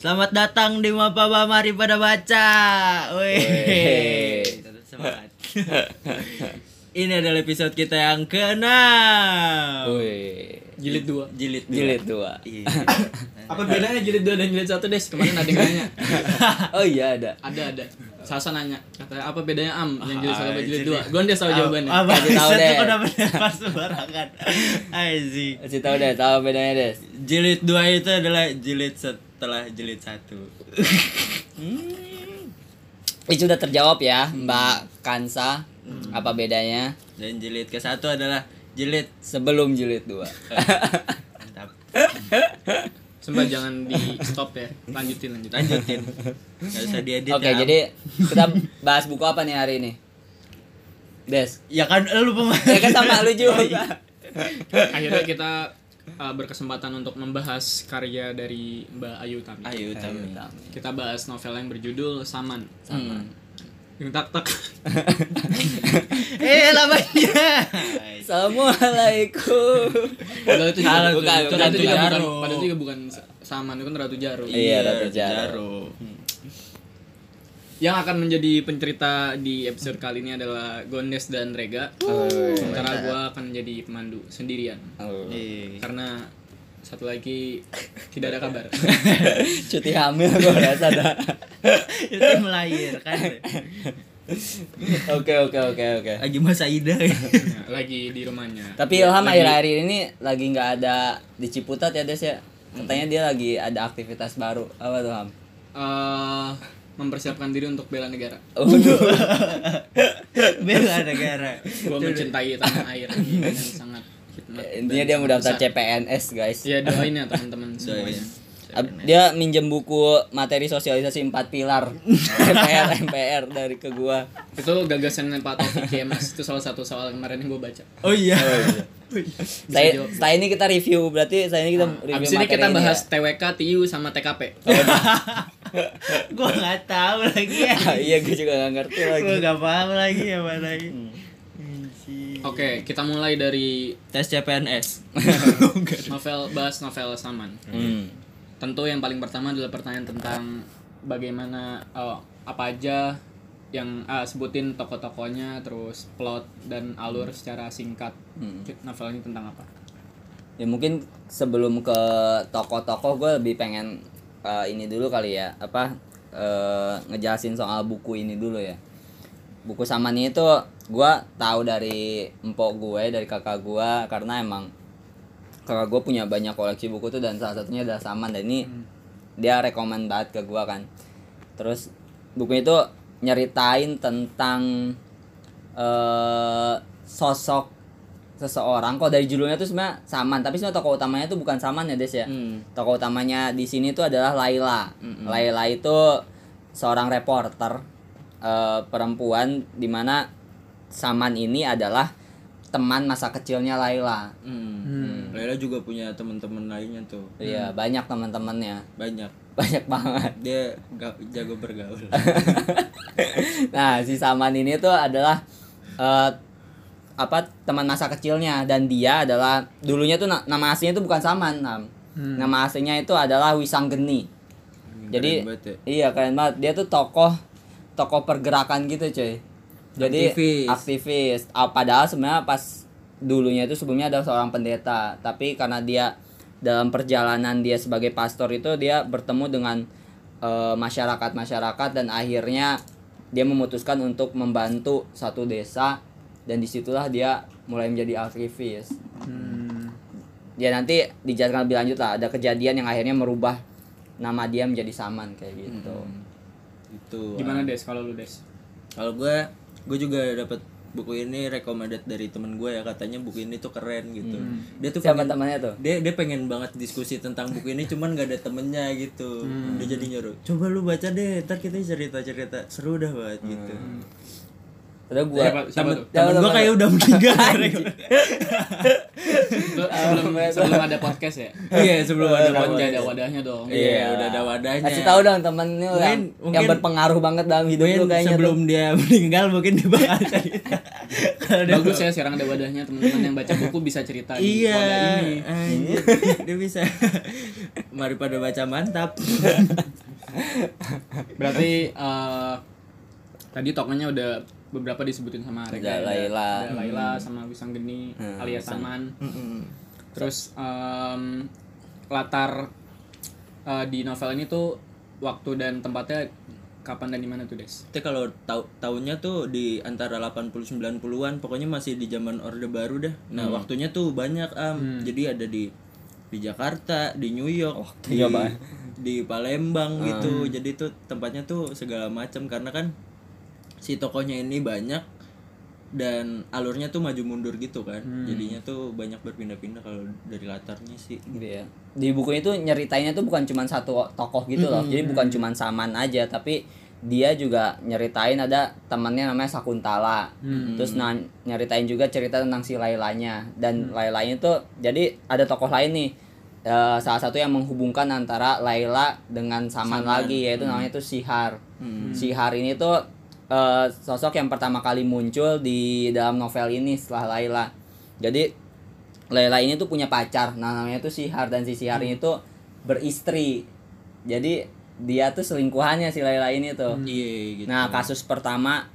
Selamat datang di Mapaba, mari pada baca. Wih. Semangat. Ini adalah episode kita yang ke-6. Wih. Jilid 2. Jilid 2. Iya. Apa bedanya jilid 2 dan jilid 1, Des? Kemarin ada yang nanya. Oh iya ada. Ada. Sasa nanya, katanya apa bedanya yang jilid 1 sama jilid 2? Gue udah tahu jawabannya. Apa? Kasih tahu deh. Itu kenapa lempar sembarangan? Aizi. Kasih tahu deh, tahu bedanya, Des. Jilid 2 itu adalah jilid setelah jilid 1. Itu sudah terjawab ya, Mbak Kansa. Apa bedanya? Dan jilid ke-1 adalah jilid Sebelum jilid 2. mantap. Sembah jangan di stop ya. Lanjutin. Lanjutin. Enggak usah diedit. Oke, ya. jadi kita bahas buku apa nih hari ini? Des. Ya kan lu pemain. Ya kan sama lu juga. Akhirnya kita berkesempatan untuk membahas karya dari Mbak Ayu Tami. Ayu Tami. Kita bahas novel yang berjudul Saman. Yang tak. Lamanya. Assalamualaikum. Padahal itu Salah, juga itu padahal Ratu itu juga Jaro. padahal itu juga bukan Saman, itu kan Ratu Jaro. Iya, Ratu Jaro. Yang akan menjadi pencerita di episode kali ini adalah Gondes dan Rega. Sementara gue akan menjadi pemandu sendirian. Karena satu lagi tidak ada kabar. Cuti hamil gue rasa dah. Itu melahirkan. Oke. Lagi masa Ida. Lagi di rumahnya. Tapi Ilham akhir-akhir ini lagi nggak ada di Ciputat ya, Des ya. Katanya dia lagi ada aktivitas baru. Apa tuh, Ham? Mempersiapkan diri untuk bela negara. Bela negara. Gue mencintai tanah air dengan sangat khidmat. Intinya dia mau daftar CPNS, guys. Ya doain ya teman-teman semuanya. Dia minjem buku materi sosialisasi 4 pilar MPR dari ke gua. Itu gagasan Pak Taufik KMS. Itu salah satu soal kemarin yang gue baca. Oh iya. Setelah ini kita review, berarti setelah ini kita review Abis ini materi kita ini bahas ya. TWK, TIU sama TKP. Gua enggak tahu lagi ya. Iya, gue juga gak ngerti lagi. Gua enggak paham lagi apa lagi. Oke, kita mulai dari Tes CPNS. bahas novel Saman. Tentu yang paling pertama adalah pertanyaan tentang bagaimana apa aja yang sebutin tokoh-tokohnya, terus plot dan alur secara singkat. Novel ini tentang apa? Ya mungkin sebelum ke tokoh-tokoh gue lebih pengen ini dulu kali ya, ngejelasin soal buku ini dulu ya. Buku Saman ini tuh gue tahu dari empok gue, dari kakak gue, karena emang kakak gue punya banyak koleksi buku tuh, dan salah satunya adalah Saman, dan ini dia rekomen banget ke gue kan. Terus buku itu nyeritain tentang sosok seseorang. Kok dari judulnya tuh sebenarnya Saman, tapi sebenarnya tokoh utamanya tuh bukan Saman ya, Des ya. Tokoh utamanya di sini tuh adalah Laila. Laila itu seorang reporter perempuan, dimana Saman ini adalah teman masa kecilnya Laila. Laila juga punya teman-teman lainnya tuh. Iya, banyak teman-temannya. Banyak Banget. Dia jago bergaul. Nah, si Saman ini tuh adalah teman masa kecilnya, dan dia adalah dulunya tuh nama aslinya itu bukan Saman, nama aslinya itu adalah Wisanggeni. Jadi iya, keren banget. Dia tuh tokoh pergerakan gitu, cuy. Jadi aktivis. Padahal sebenarnya pas dulunya itu sebelumnya adalah seorang pendeta, tapi karena dia dalam perjalanan dia sebagai pastor itu dia bertemu dengan masyarakat, dan akhirnya dia memutuskan untuk membantu satu desa, dan disitulah dia mulai menjadi aktivis. Ya nanti dijelaskan lebih lanjut lah, ada kejadian yang akhirnya merubah nama dia menjadi Saman kayak gitu. Itu. Gimana Des kalau lu, Des? Kalau gue juga dapat buku ini recommended dari temen gue ya, katanya buku ini tuh keren gitu. Dia tuh Siapa temannya tuh? Dia pengen banget diskusi tentang buku ini, cuman gak ada temennya gitu. Dia jadi nyuruh, coba lu baca deh, ntar kita cerita seru dah banget gitu. Padahal gua Siapa tuh? Temen gue kayak udah meninggal. Sebelum ada podcast ya? Iya, sebelum ada Udah podcast. ada wadahnya dong. Iya, udah ada wadahnya. Kasih tahu dong temen lu yang berpengaruh banget dalam hidup lu kayaknya sebelum tuh. dia meninggal mungkin dia bakal cerita. Bagus ya sekarang ada wadahnya, teman-teman yang baca buku bisa cerita di Iya, wadah ini. anjir. Dia bisa. Mari pada baca mantap. Berarti tadi tokonya udah beberapa disebutin sama Rega. Ada Laila. Ada Laila sama Wisanggeni alias Saman. Terus latar di novel ini tuh waktu dan tempatnya kapan dan di mana tuh, Des? Tapi kalau tahunnya tuh di antara 80-90-an, pokoknya masih di zaman Orde Baru dah. Nah, waktunya tuh banyak Jadi ada di Jakarta, di New York, di Palembang gitu. Jadi tuh tempatnya tuh segala macam karena kan si tokohnya ini banyak dan alurnya tuh maju mundur gitu kan. Jadinya tuh banyak berpindah-pindah kalau dari latarnya sih. Gitu ya. Di buku itu nyeritainnya tuh bukan cuma satu tokoh gitu loh. Jadi bukan cuma Saman aja, tapi dia juga nyeritain ada temannya namanya Sakuntala. Terus nyeritain juga cerita tentang si Lailanya. Dan Lailanya tuh jadi ada tokoh lain nih. Salah satu yang menghubungkan antara Laila dengan Saman lagi, yaitu namanya tuh Sihar. Sihar ini tuh sosok yang pertama kali muncul di dalam novel ini setelah Laila. Jadi Laila ini tuh punya pacar, namanya tuh Sihar, dan si Sihar ini tuh beristri. Jadi dia tuh selingkuhannya si Laila ini tuh. Iya gitu. Nah, kasus pertama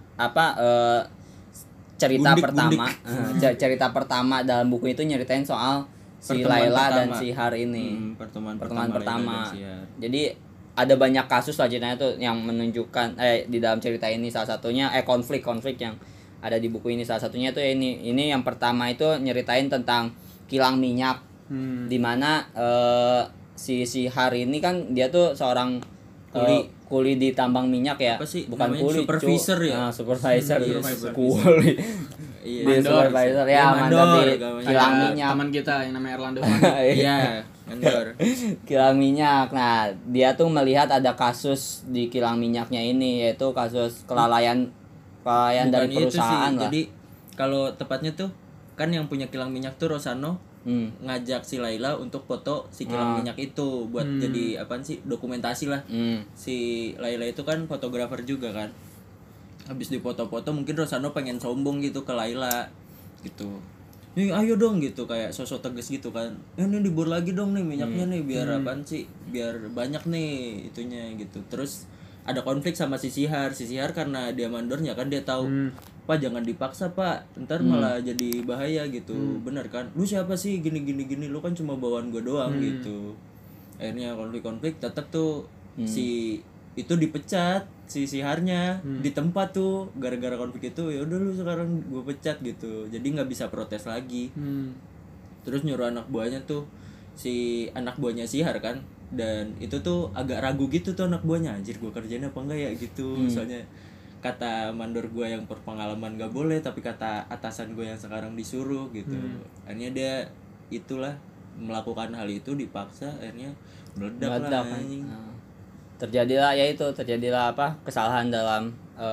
cerita pertama dalam buku itu nyeritain soal si Pertemuan Laila dan pertama. Sihar ini. Pertemuan Pertemuan pertama. Laila dan Sihar. Jadi ada banyak kasus lah ceritanya tuh yang menunjukkan di dalam cerita ini, salah satunya konflik yang ada di buku ini. Salah satunya tuh ini yang pertama itu nyeritain tentang kilang minyak, dimana si Sihar ini kan dia tuh seorang kuli di tambang minyak ya. Apa sih bukan namanya? kuli, Supervisor ya? Nah, supervisor. Supervisor. Kuli. Iya. Dia supervisor ya, mandor di kilang Ada minyak. teman kita yang namanya Erlando. Iya, mandor. Kilang minyak. Nah, dia tuh melihat ada kasus di kilang minyaknya ini, yaitu kasus kelalaian Bukan dari itu perusahaan sih. lah. Jadi kalau tepatnya tuh kan yang punya kilang minyak tuh Rosano ngajak si Laila untuk foto si kilang minyak itu buat jadi apaan sih, dokumentasi lah. Si Laila itu kan fotografer juga kan. Habis dipoto-foto mungkin Rosano pengen sombong gitu ke Laila gitu. Nih ayo dong gitu, kayak sosok tegas gitu kan. Ini dibor lagi dong nih minyaknya nih biar apaan sih? Biar banyak nih itunya gitu. Terus ada konflik sama si Sihar karena dia mandornya kan, dia tahu Pak jangan dipaksa Pak, ntar malah jadi bahaya gitu. Bener kan, lu siapa sih gini lu kan cuma bawaan gue doang gitu. Akhirnya konflik tetap tuh si itu dipecat si Siharnya di tempat tuh gara-gara konflik itu. Ya udah lu sekarang gue pecat gitu, jadi nggak bisa protes lagi. Terus nyuruh anak buahnya tuh, si anak buahnya Sihar kan, dan itu tuh agak ragu gitu tuh anak buahnya, anjir gue kerjain apa enggak ya gitu. Soalnya kata mandor gue yang berpengalaman gak boleh, tapi kata atasan gue yang sekarang disuruh gitu. Akhirnya dia itulah melakukan hal itu dipaksa, akhirnya meledak lah kan. anjing. Terjadilah kesalahan dalam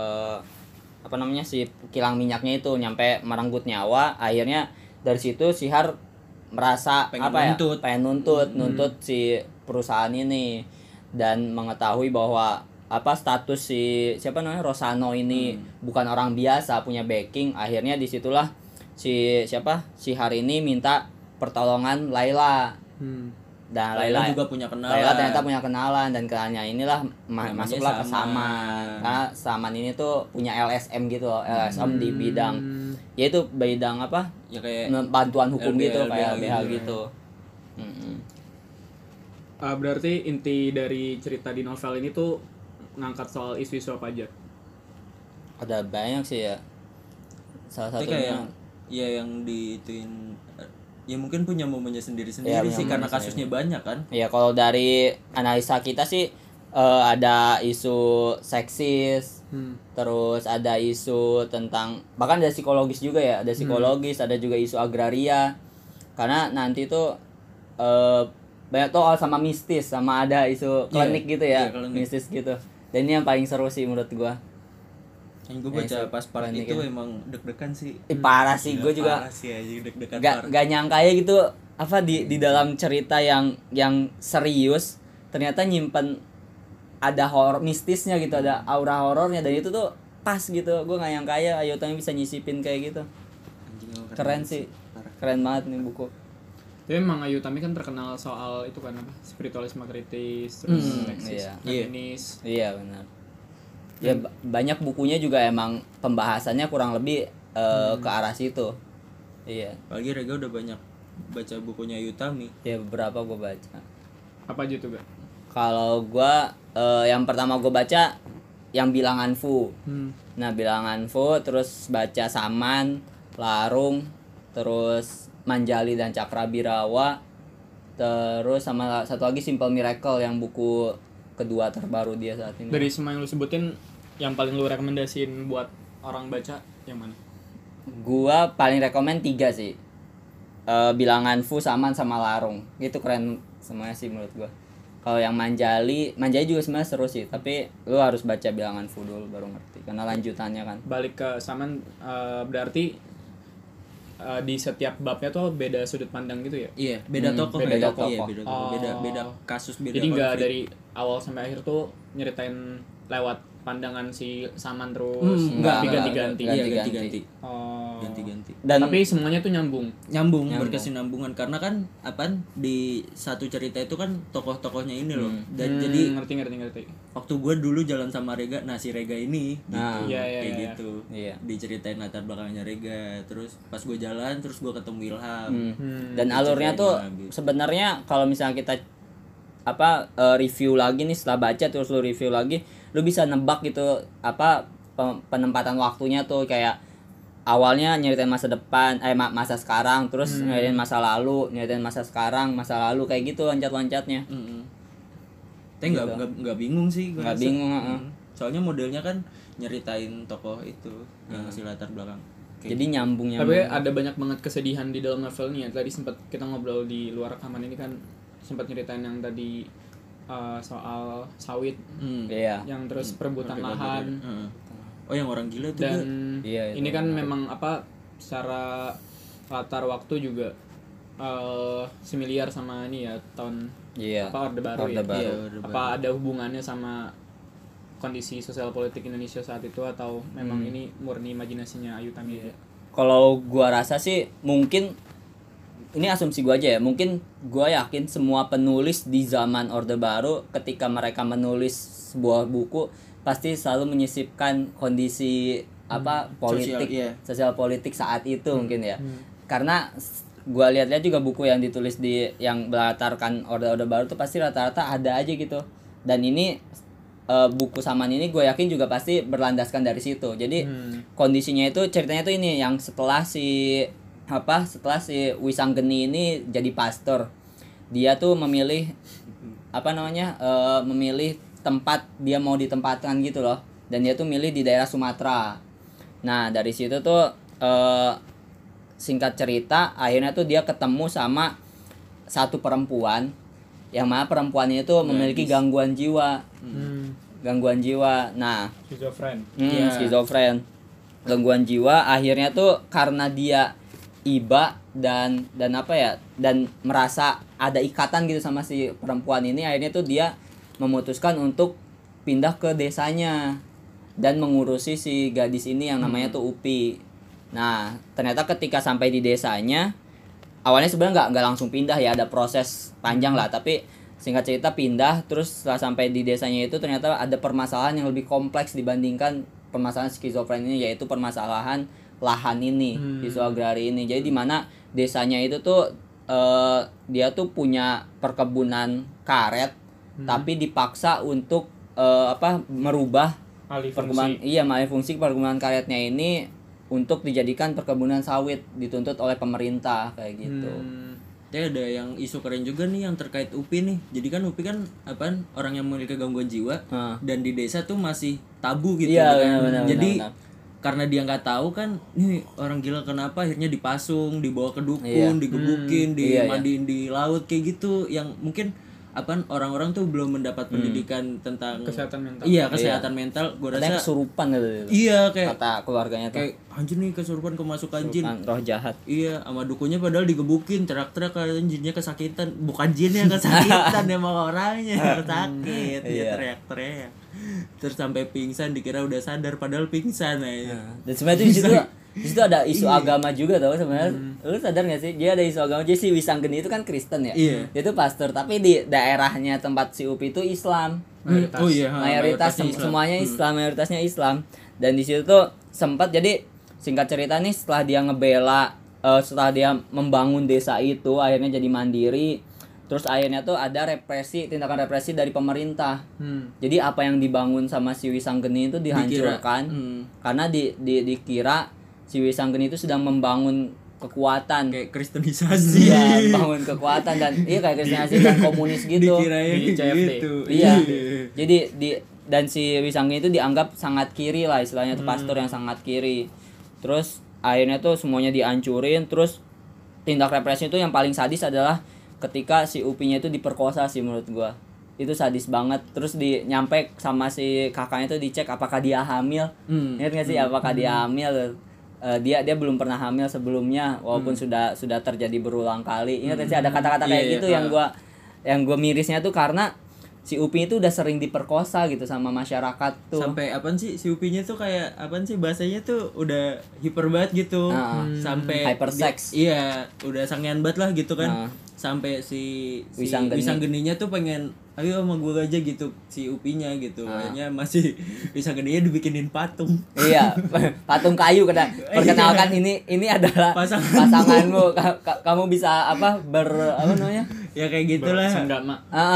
si kilang minyaknya itu, nyampe merenggut nyawa. Akhirnya dari situ Sihar merasa pengen nuntut si perusahaan ini, dan mengetahui bahwa status si Rosano ini bukan orang biasa, punya backing. Akhirnya disitulah Sihar ini minta pertolongan Laila. Dan Laila juga punya kenalan. Laila ternyata punya kenalan, dan kenalannya inilah masuklah ke Saman. Karena Saman ini tuh punya LSM gitu loh, LSM di bidang yaitu bidang ya kayak bantuan hukum LBH, gitu, kayak LBH LBH gitu. Berarti inti dari cerita di novel ini tuh ngangkat soal isu-isu apa aja? Ada banyak sih ya. Salah tapi satunya kayak yang diituin ya mungkin punya momennya sendiri-sendiri Ya, sih karena momennya kasusnya banyak kan. ya, kalau dari analisa kita sih ada isu seksis, terus ada isu tentang, bahkan ada psikologis juga ya, ada psikologis, ada juga isu agraria, karena nanti tuh banyak tuh sama mistis, sama ada isu klinik gitu ya, mistis gitu. Dan ini yang paling seru sih menurut gua. Yang gue baca pas part itu emang deg-degan sih. Parah sih, gue juga parah sih aja deg-degan. gak nyangka ya gitu, di dalam cerita yang serius ternyata nyimpen ada horor mistisnya gitu, ada aura horornya, dan itu tuh pas gitu. Gue gak nyangka ya Ayu Utami bisa nyisipin kayak gitu. Anjing, Keren sih. Parah. Keren banget nih buku. Tapi emang Ayu Utami kan terkenal soal itu kan apa? Spiritualisme kritis, terus seksis, feminis. Iya benar. Ya banyak bukunya juga emang pembahasannya kurang lebih ke arah situ. Iya. Apalagi Rega udah banyak baca bukunya Ayu Utami. Ya beberapa gue baca. Apa aja tuh, Gak? Kalau gue yang pertama gue baca yang Bilangan Fu. Nah Bilangan Fu, terus baca Saman, Larung, terus Manjali dan Cakrabirawa, terus sama satu lagi Simple Miracle yang buku kedua terbaru dia saat ini. Dari semua yang lu sebutin, yang paling lu rekomendasiin buat orang baca yang mana? Gua paling rekomen 3 sih. Bilangan Fu, Saman, sama Larung. Itu keren semuanya sih menurut gua. Kalau yang Manjali juga sebenarnya seru sih, tapi lu harus baca Bilangan Fu dulu baru ngerti karena lanjutannya kan. Balik ke Saman, berarti di setiap babnya tuh beda sudut pandang gitu ya? Iya, beda tokoh. beda ya. tokoh. Iya, beda tokoh. Beda kasus, beda Jadi nggak konflik. dari awal sampai akhir tuh nyeritain lewat pandangan si Saman terus, enggak, tapi ganti-ganti. Iya, Ganti-ganti. ganti-ganti. Oh. Ganti-ganti. Dan Tapi semuanya tuh nyambung. Nyambung, berkesinambungan karena kan apaan di satu cerita itu kan tokoh-tokohnya ini loh. Dan jadi ngerti. waktu gue dulu jalan sama Rega, nah si Rega ini gitu, Iya, kayak iya. gitu. Iya. Diceritain latar belakangnya Rega, terus pas gue jalan terus gue ketemu Ilham. Dan alurnya tuh sebenarnya kalau misalnya kita review lagi nih setelah baca terus lu review lagi, lu bisa nebak gitu penempatan waktunya tuh kayak awalnya nyeritain masa depan, masa sekarang, terus nyeritain masa lalu, nyeritain masa sekarang, masa lalu kayak gitu loncat-loncatnya. Tapi nggak bingung sih gue. Nggak bingung, Soalnya modelnya kan nyeritain tokoh itu yang ngasih latar belakang. Jadi nyambung. Tapi ada banyak banget kesedihan di dalam novel nih ya. Tadi sempat kita ngobrol di luar rekaman ini kan, sempat nyeritain yang tadi soal sawit, Iya. yang terus perebutan lahan. Oh, yang orang gila tuh. Dan Iya, ini kan memang secara latar waktu juga semiliar sama ini ya, tahun Orde Baru ya. Baru. Iya, Orde Baru. Apa ada hubungannya sama kondisi sosial politik Indonesia saat itu, atau memang ini murni imajinasinya Ayu Utami aja? Kalau gua rasa sih mungkin ini asumsi gua aja ya. Mungkin gua yakin semua penulis di zaman Orde Baru ketika mereka menulis sebuah buku pasti selalu menyisipkan kondisi politik, sosial politik saat itu mungkin ya. Karena gua lihat-lihat juga buku yang ditulis yang berlatarkan Orde Baru tuh pasti rata-rata ada aja gitu. Dan ini buku Saman ini gue yakin juga pasti berlandaskan dari situ. Jadi kondisinya itu ceritanya tuh ini yang setelah si Wisanggeni ini jadi pastor, dia tuh memilih memilih tempat dia mau ditempatkan gitu loh, dan dia tuh milih di daerah Sumatera. Nah dari situ tuh singkat cerita akhirnya tuh dia ketemu sama satu perempuan yang mana perempuannya itu memiliki gangguan jiwa. Nah, skizofren. Gangguan jiwa, akhirnya tuh karena dia iba dan merasa ada ikatan gitu sama si perempuan ini, akhirnya tuh dia memutuskan untuk pindah ke desanya dan mengurusi si gadis ini yang namanya tuh Upi. Nah, ternyata ketika sampai di desanya, awalnya sebenarnya nggak langsung pindah ya, ada proses panjang lah, tapi singkat cerita pindah. Terus setelah sampai di desanya itu ternyata ada permasalahan yang lebih kompleks dibandingkan permasalahan skizofren ini, yaitu permasalahan lahan ini, isu agrari ini. Jadi di mana desanya itu tuh dia tuh punya perkebunan karet, tapi dipaksa untuk merubah alih fungsi perkebunan karetnya ini untuk dijadikan perkebunan sawit, dituntut oleh pemerintah kayak gitu. Tapi ada yang isu keren juga nih yang terkait Upi nih. Jadi kan Upi kan orang yang memiliki gangguan jiwa dan di desa tuh masih tabu gitu kan. Jadi karena dia nggak tahu kan nih orang gila kenapa, akhirnya dipasung, dibawa ke dukun, digebukin, dimandiin di laut kayak gitu, yang mungkin orang-orang tuh belum mendapat pendidikan tentang kesehatan mental. Iya, kesehatan mental. Gue rasa kesurupan gitu. Iya, kayak kata keluarganya tuh. Kayak anjir nih kesurupan, kemasukan jin. Roh jahat. Iya, sama dukunya padahal digebukin, teriak-teriak kan jinnya kesakitan. Bukan jinnya yang kesakitan, emang orangnya yang sakit. Dia teriak-teriak. Terus sampai pingsan, dikira udah sadar padahal pingsan aja. Dan sebenarnya itu Di situ ada isu agama juga tau sebenarnya. Lu sadar gak sih? Dia ada isu agama. Jadi si Wisanggeni itu kan Kristen ya. Iya. Dia tuh pastor, tapi di daerahnya tempat si Upi itu Islam. Mayoritas. Oh iya, Mayoritas Islam. semuanya Islam, mayoritasnya Islam. Dan di situ tuh sempat jadi singkat cerita nih setelah dia ngebela setelah dia membangun desa itu akhirnya jadi mandiri. Terus akhirnya tuh ada tindakan represi dari pemerintah. Jadi apa yang dibangun sama si Wisanggeni itu dihancurkan karena dikira si Wisanggeni itu sedang membangun kekuatan kayak kristenisasi. Iya, bangun kekuatan dan kayak kristenisasi dan komunis gitu. Dikiranya gitu. Iya. Jadi dan si Wisanggeni itu dianggap sangat kiri lah istilahnya tuh pastor yang sangat kiri. Terus akhirnya tuh semuanya dihancurin. Terus tindak represi itu yang paling sadis adalah ketika si Upinya itu diperkosa sih menurut gua. Itu sadis banget. Terus nyampe sama si kakaknya itu dicek apakah dia hamil. Ingat gak sih apakah dia hamil? Dia belum pernah hamil sebelumnya walaupun sudah terjadi berulang kali. Ingat gak sih ada kata-kata kayak gitu yang gua mirisnya tuh karena si Upi itu udah sering diperkosa gitu sama masyarakat tuh. Sampai apaan sih si Upinya tuh kayak apaan sih bahasanya tuh udah hiper banget gitu. Sampai hypersex. Iya, udah sangean banget lah gitu kan. Sampai si Wisanggeninya tuh pengen ayo sama gue aja gitu si Upinya gitu. Akhirnya masih Wisanggeninya dibikinin patung. Iya, patung kayu perkenalkan ini adalah pasanganmu. Kamu bisa apa namanya? Ya kayak gitulah. Senggama.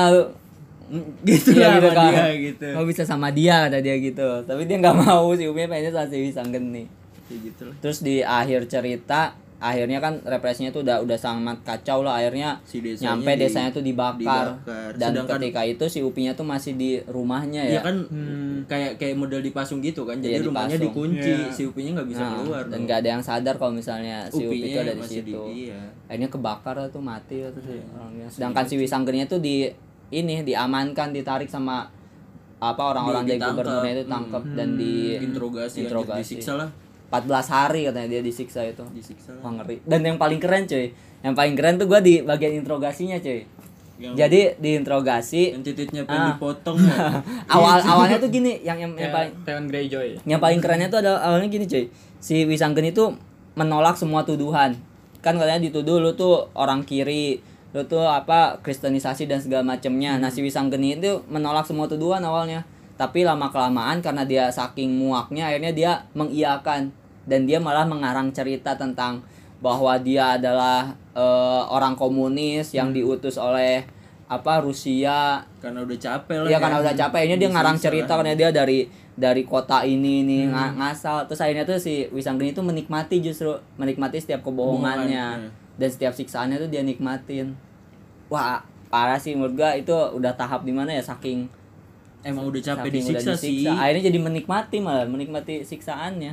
Gitu lah gitu kan. Dia gitu. Mau bisa sama dia kata dia gitu. Tapi dia nggak mau si Upinya pengennya sama si Wisanggeni. Kayak gitu lah. Terus di akhir cerita akhirnya kan represinya tuh udah sangat kacau lah akhirnya nyampe desanya tuh dibakar. Dan sedangkan ketika itu si Upinya tuh masih di rumahnya ya. Iya kan kayak model dipasung gitu kan. Jadi rumahnya dikunci, si Upinya nggak bisa keluar. Dan nggak ada yang sadar kalau misalnya si Upi itu ada di situ. Iya. Akhirnya kebakar tuh mati tuh si orangnya. Sedangkan si Wisanggeninya tuh diamankan, ditarik sama orang-orang dari gubernurnya itu tangkap dan interogasi. Disiksa lah. 14 hari katanya dia disiksa itu. Disiksa. Wah, ngeri. Dan yang paling keren cuy. Yang paling keren tuh gua di bagian interogasinya cuy. Jadi diinterogasi yang titiknya pengen dipotong ya. Awalnya tuh gini, yang paling Theon Greyjoy. Yang paling kerennya tuh adalah awalnya gini cuy. Si Wisanggeni itu menolak semua tuduhan. Kan katanya dituduh lu tuh orang kiri, lu tuh kristenisasi dan segala macemnya. Nah, si Wisanggeni itu menolak semua tuduhan awalnya. Tapi lama-kelamaan karena dia saking muaknya akhirnya dia mengiyakan dan dia malah mengarang cerita tentang bahwa dia adalah orang komunis yang diutus oleh Rusia karena udah capek lah. Iya, karena udah capek. Ini dia ngarang cerita karena dia dari kota ini ngasal. Terus akhirnya tuh si Wisanggeni itu menikmati setiap kebohongannya dan setiap siksaannya tuh dia nikmatin. Wah, parah sih menurut gua itu udah tahap dimana ya saking emang udah capek disiksa sih. Akhirnya jadi menikmati siksaannya.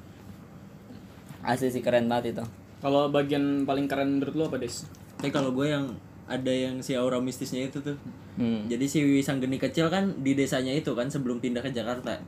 Asli sih keren banget itu. Kalau bagian paling keren menurut lu apa, Des? Tapi kalau gue yang ada yang si aura mistisnya itu tuh. Jadi si Wisanggeni kecil kan di desanya itu kan sebelum pindah ke Jakarta.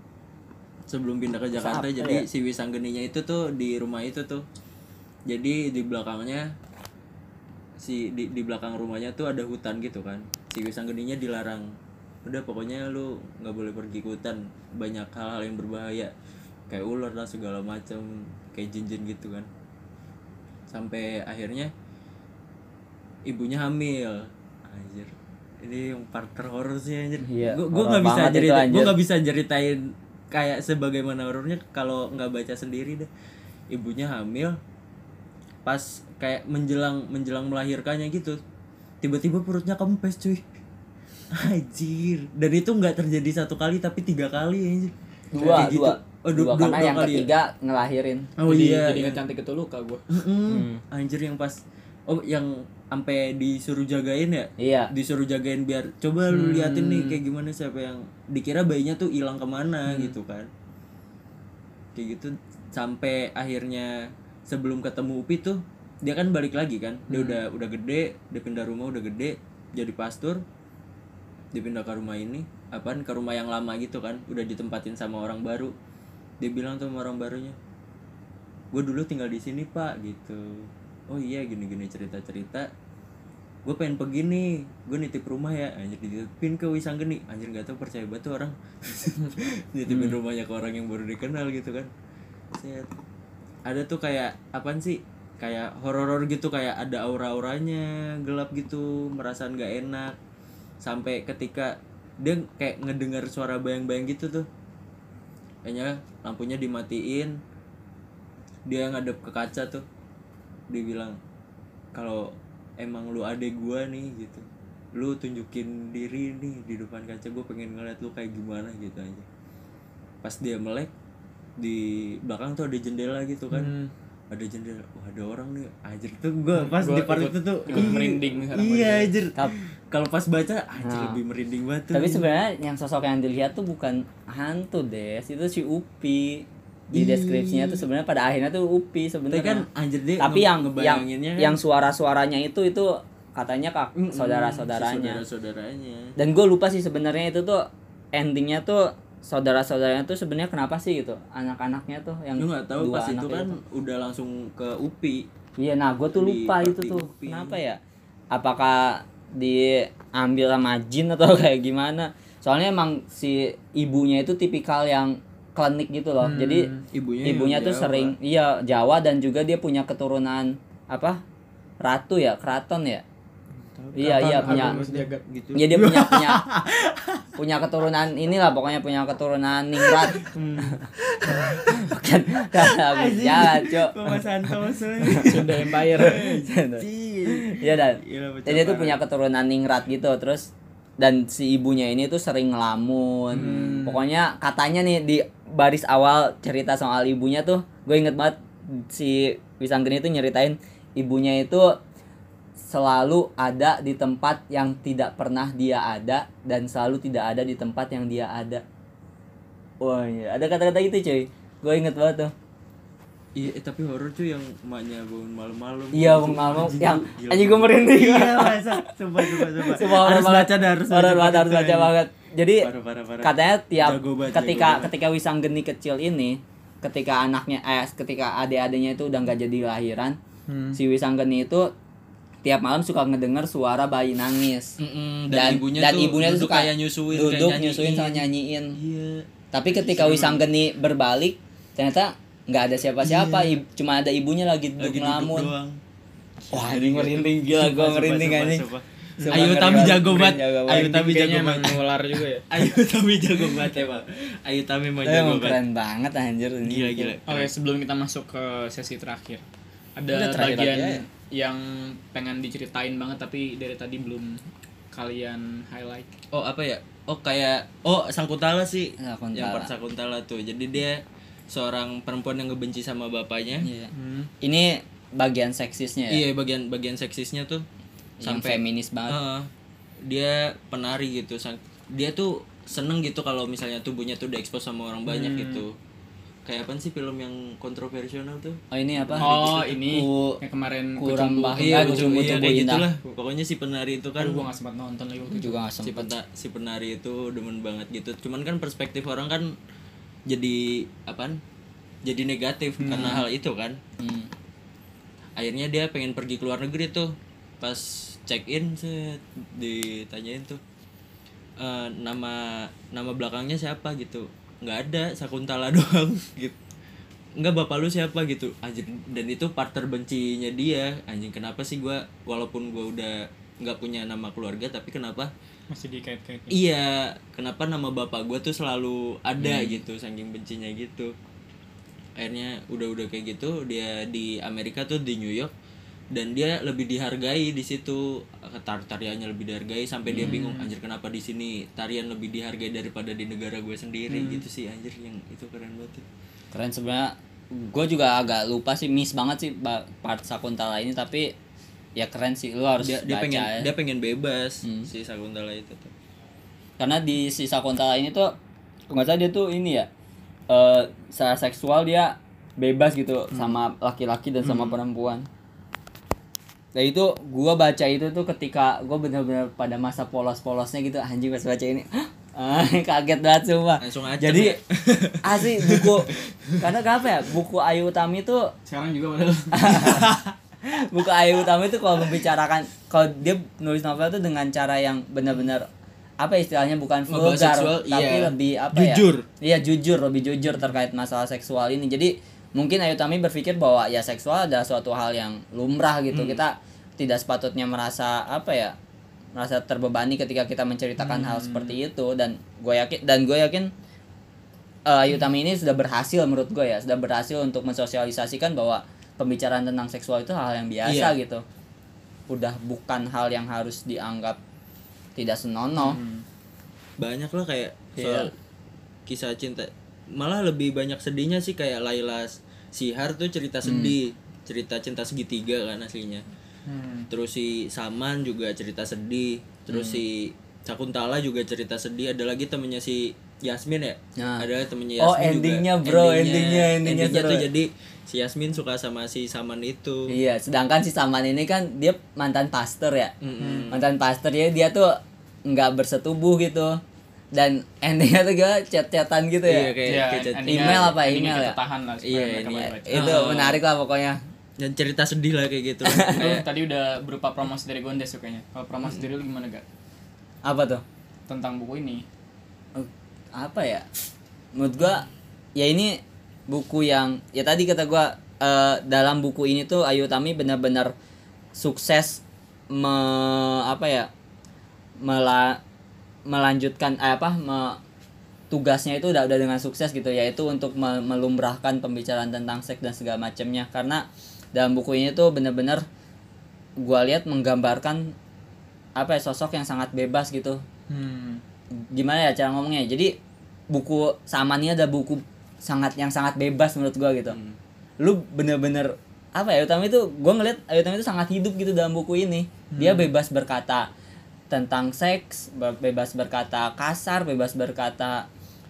Jadi si Wisanggeninya itu tuh di rumah itu tuh. Jadi di belakangnya di belakang rumahnya tuh ada hutan gitu kan. Si Wisanggeninya dilarang. Udah pokoknya lu nggak boleh pergi ke hutan, banyak hal-hal yang berbahaya kayak ular lah segala macam, kayak jin-jin gitu kan. Sampai akhirnya ibunya hamil. Anjir, ini yang part terhoror sih anjir. Iya, gue nggak bisa ceritain kayak sebagaimana horornya kalau nggak baca sendiri deh. Ibunya hamil pas kayak menjelang melahirkannya gitu, tiba-tiba perutnya kempes cuy. Anjir. Dan itu nggak terjadi satu kali tapi 3 kali anjir. Dua karena yang kali ketiga ngelahirin. Jadi nggak cantik itu luka gue. Anjir yang pas yang sampai disuruh jagain ya. Iya. Disuruh jagain biar coba lu liatin nih kayak gimana, siapa yang dikira bayinya tuh hilang kemana gitu kan. Kayak gitu sampai akhirnya sebelum ketemu Upi tuh dia kan balik lagi kan. Dia udah gede, dia pindah rumah udah gede jadi pastor. Dipindah ke rumah ini, ke rumah yang lama gitu kan, udah ditempatin sama orang baru. Dia bilang tuh sama orang barunya, gue dulu tinggal di sini pak gitu. Oh iya gini cerita, gue pengen pergi nih, gue nitip rumah ya. Anjir dititipin ke Wisanggeni. Anjir nggak tahu percaya banget tuh orang nitipin rumahnya ke orang yang baru dikenal gitu kan. Set. ada tuh kayak apaan sih, kayak horor gitu, kayak ada aura-auranya gelap gitu, merasa nggak enak, sampai ketika dia kayak ngedengar suara bayang-bayang gitu tuh, kayaknya lampunya dimatiin, dia ngadep ke kaca tuh, dia bilang kalau emang lu adek gua nih gitu, lu tunjukin diri nih di depan kaca, gua pengen ngeliat lu kayak gimana gitu aja. Pas dia melek, di belakang tuh ada jendela gitu kan, ada jendela, wah ada orang nih anjir tuh. Gua pas di part itu tuh merinding sekarang. iya anjir, kalau pas baca anjir lebih merinding banget tuh. Tapi sebenarnya yang sosok yang dilihat tuh bukan hantu, Des, itu si Upi. Di deskripsinya tuh sebenarnya pada akhirnya tuh Upi sebenarnya kan anjir dia tapi yang kan, suara-suaranya itu katanya saudara-saudaranya. Dan gue lupa sih sebenarnya itu tuh endingnya tuh saudara-saudaranya tuh sebenarnya kenapa sih gitu, anak-anaknya tuh yang lu nggak tahu dua pas anak itu kan udah langsung ke Upi. Iya, nah gue tuh lupa itu tuh Upi. Kenapa ya, apakah diambil sama jin atau kayak gimana, soalnya emang si ibunya itu tipikal yang klinik gitu loh. Jadi ibunya tuh Jawa. Sering Jawa, dan juga dia punya keturunan apa, ratu ya, keraton ya. Iya punya gitu. Ya dia punya keturunan inilah, pokoknya punya keturunan ningrat. Bukan habis jalan, Cok. Mama Santos. Sunda Empire. Iya, dan jadi dia tuh punya keturunan ningrat gitu. Terus dan si ibunya ini tuh sering ngelamun. Pokoknya katanya nih di baris awal cerita soal ibunya tuh, gue inget banget si Wisanggeni itu nyeritain ibunya itu selalu ada di tempat yang tidak pernah dia ada, dan selalu tidak ada di tempat yang dia ada. Wah iya, ada kata-kata gitu cuy, gue inget banget tuh. Iya, tapi horor cuy yang emaknya bangun malam-malam. Iya, bangun malam yang anjing gue merinding. Iya, masa. Sumpah. Harus baca banget. Jadi parah. Katanya ketika Wisanggeni kecil ini, ketika adik-adiknya itu udah nggak jadi lahiran, si Wisanggeni itu tiap malam suka ngedenger suara bayi nangis. Dan ibunya tuh suka kayak nyusuin sama nyanyiin. Iya. Tapi ketika Wisanggeni berbalik, ternyata nggak ada siapa-siapa, cuma ada ibunya lagi duduk ngelamun. Wah, ini merinding gila, gue merinding anjing. Ayu Tami jago banget. Ayu Tami jago banget nular juga ya. Ayu Tami jago banget emang. Ayu Tami mah jago banget. Keren banget anjir ini. Gila. Oke, sebelum kita masuk ke sesi terakhir, ada bagian yang pengen diceritain banget tapi dari tadi belum kalian highlight. Oh, apa ya? Oh, kayak Sakuntala sih. Yang part Sakuntala tuh. Jadi dia seorang perempuan yang ngebenci sama bapaknya. Iya. Ini bagian seksisnya ya. Iya, bagian seksisnya tuh yang sampai feminis banget. Dia penari gitu. Dia tuh seneng gitu kalau misalnya tubuhnya tuh diekspos sama orang banyak gitu. Kayak apa sih film yang kontroversial tuh? Oh, ini apa? Oh, ini yang kemarin kurang iya, gitulah. Pokoknya si penari itu kan gua enggak sempat nonton lagi waktu juga enggak sempat. Si penari itu demen banget gitu. Cuman kan perspektif orang kan jadi apaan? Jadi negatif karena hal itu kan. Akhirnya dia pengen pergi ke luar negeri tuh. Pas check in ditanyain tuh nama belakangnya siapa gitu. Nggak ada, Sakuntala doang gitu. Nggak, bapak lu siapa gitu anjir. Dan itu part terbencinya dia. Anjing, kenapa sih gue walaupun gue udah nggak punya nama keluarga, tapi kenapa masih dikait-kaitin? Iya, kenapa nama bapak gue tuh selalu ada gitu, saking bencinya gitu. Akhirnya udah kayak gitu, dia di Amerika tuh, di New York, dan dia lebih dihargai di situ. Tariannya lebih dihargai sampai dia bingung, anjir kenapa di sini tarian lebih dihargai daripada di negara gue sendiri gitu sih anjir. Yang itu keren banget tuh. Keren sebenarnya. Gue juga agak lupa sih, miss banget sih part Sakuntala ini, tapi ya keren sih, lu harus baca. Dia pengen bebas si Sakuntala itu tuh. Karena di si Sakuntala ini tuh nggak salah dia tuh ini ya, secara seksual dia bebas gitu sama laki-laki dan sama perempuan. Nah itu gue baca itu tuh ketika gue benar-benar pada masa polos-polosnya gitu, anjing pas baca ini kaget banget sumpah. Jadi asli buku karena apa ya, buku Ayu Utami tuh sekarang juga padahal buku Ayu Utami tuh kalau membicarakan, kalau dia nulis novel tuh dengan cara yang benar-benar apa istilahnya, bukan vulgar tapi lebih apa jujur. Iya jujur, lebih jujur terkait masalah seksual ini. Jadi mungkin Ayu Tami berpikir bahwa ya seksual adalah suatu hal yang lumrah gitu. Kita tidak sepatutnya merasa merasa terbebani ketika kita menceritakan hal seperti itu. Dan gue yakin Ayu Tami ini sudah berhasil menurut gue ya, sudah berhasil untuk mensosialisasikan bahwa pembicaraan tentang seksual itu hal yang biasa gitu. Udah bukan hal yang harus dianggap tidak senonoh. Banyak lah kayak soal kisah cinta, malah lebih banyak sedihnya sih, kayak Laila Shihar tuh cerita sedih, cerita cinta segitiga kan aslinya. Terus si Saman juga cerita sedih, terus si Sakuntala juga cerita sedih. Ada lagi temennya si Yasmin ya, ada temennya Yasmin endingnya juga. bro, endingnya seru. tuh jadi si Yasmin suka sama si Saman itu. Iya, sedangkan si Saman ini kan dia mantan pastor ya. Mantan pastor ya, dia tuh nggak bersetubuh gitu. Dan endingnya tuh gue chat-chatan gitu ya. Iya, kayak chat. Email ya. Tahan lah, Iya, ini Itu menarik lah pokoknya. Dan cerita sedih lah kayak gitu. Lu tadi udah berupa promosi dari Gondes kayaknya. Kalau promosi dari lu gimana gak? Apa tuh? Tentang buku ini. Apa ya? Menurut gua ya ini buku yang ya tadi kata gua dalam buku ini tuh Ayu Tami benar-benar sukses melanjutkan tugasnya itu udah dengan sukses gitu, yaitu untuk melumrahkan pembicaraan tentang seks dan segala macamnya. Karena dalam buku ini tuh benar-benar gua lihat menggambarkan sosok yang sangat bebas gitu. Gimana ya cara ngomongnya? Jadi buku Saman ini ada buku yang sangat bebas menurut gua gitu. Lu bener-bener Ayu Tami itu, gua ngeliat Ayu Tami itu sangat hidup gitu dalam buku ini. Dia bebas berkata tentang seks, bebas berkata kasar, bebas berkata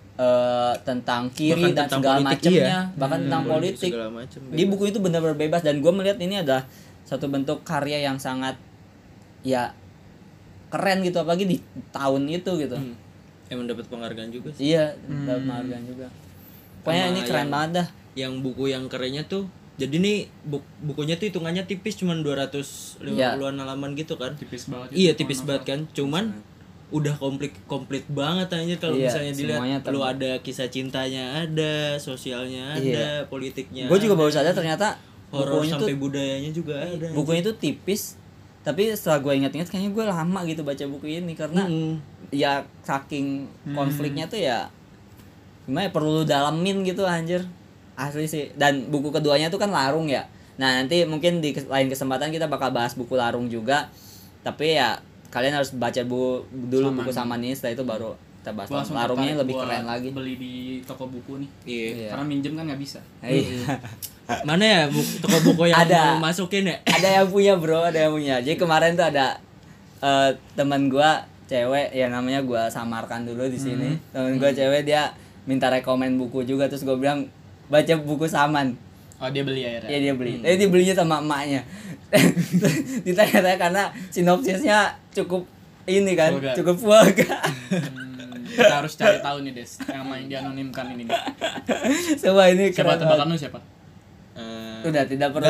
tentang kiri bahkan dan segala macamnya, bahkan tentang politik. Di buku itu benar-benar bebas, dan gue melihat ini adalah satu bentuk karya yang sangat ya keren gitu, apalagi di tahun itu gitu. Emang dapat penghargaan juga sih. Iya, dapat penghargaan juga. Pokoknya ini keren banget dah. Yang buku yang kerennya tuh, jadi nih bukunya tuh hitungannya tipis, cuman 250-an halaman gitu kan. Tipis banget. Iya, tipis banget kan. Cuman udah komplit banget aja kalau misalnya dilihat. Lu ada kisah cintanya, ada sosialnya, ada politiknya. Gue juga baru sadar ternyata horor sampai budayanya juga ada. Bukunya itu tipis, tapi setelah gue ingat-ingat kayaknya gue lama gitu baca buku ini karena ya saking konfliknya tuh ya gimana ya, perlu dalamin gitu anjir. Asli sih. Dan buku keduanya tuh kan Larung ya. Nah nanti mungkin di lain kesempatan kita bakal bahas buku Larung juga. Tapi ya kalian harus baca dulu buku Saman ini, setelah itu baru kita bahas. Larungnya lebih keren lagi. Beli di toko buku nih. Iya. Karena minjem kan nggak bisa. Mana ya toko buku yang ada, mau masukin ya? Ada yang punya bro, ada yang punya. Jadi kemarin tuh ada teman gua cewek yang namanya gua samarkan dulu di sini. Temen gua cewek, dia minta rekomen buku juga, terus gua bilang baca buku Saman. Oh, dia beli akhirnya? Iya, dia beli. Dia belinya sama emaknya. Ditanya-tanya karena sinopsisnya cukup ini kan, cukup vulgar. Kita harus cari tahu nih Des, yang main dianonimkan ini nih. Coba ini siapa tebakan lu siapa? Udah tidak perlu.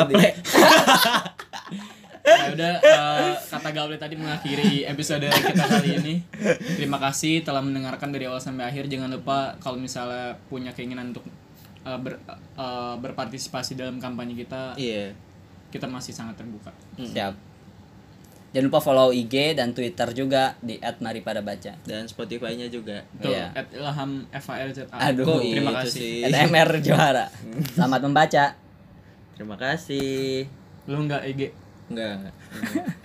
Nah, udah kata Gaule tadi mengakhiri episode kita kali ini. Terima kasih telah mendengarkan dari awal sampai akhir. Jangan lupa kalau misalnya punya keinginan untuk berpartisipasi dalam kampanye kita, kita masih sangat terbuka. Siap. Jangan lupa follow IG dan Twitter juga di @maripadabaca, dan Spotify-nya juga. Tuh, @ilhamfarza. Aduh, terima kasih. @mr juara. Selamat membaca. Terima kasih. Lu enggak IG? Enggak.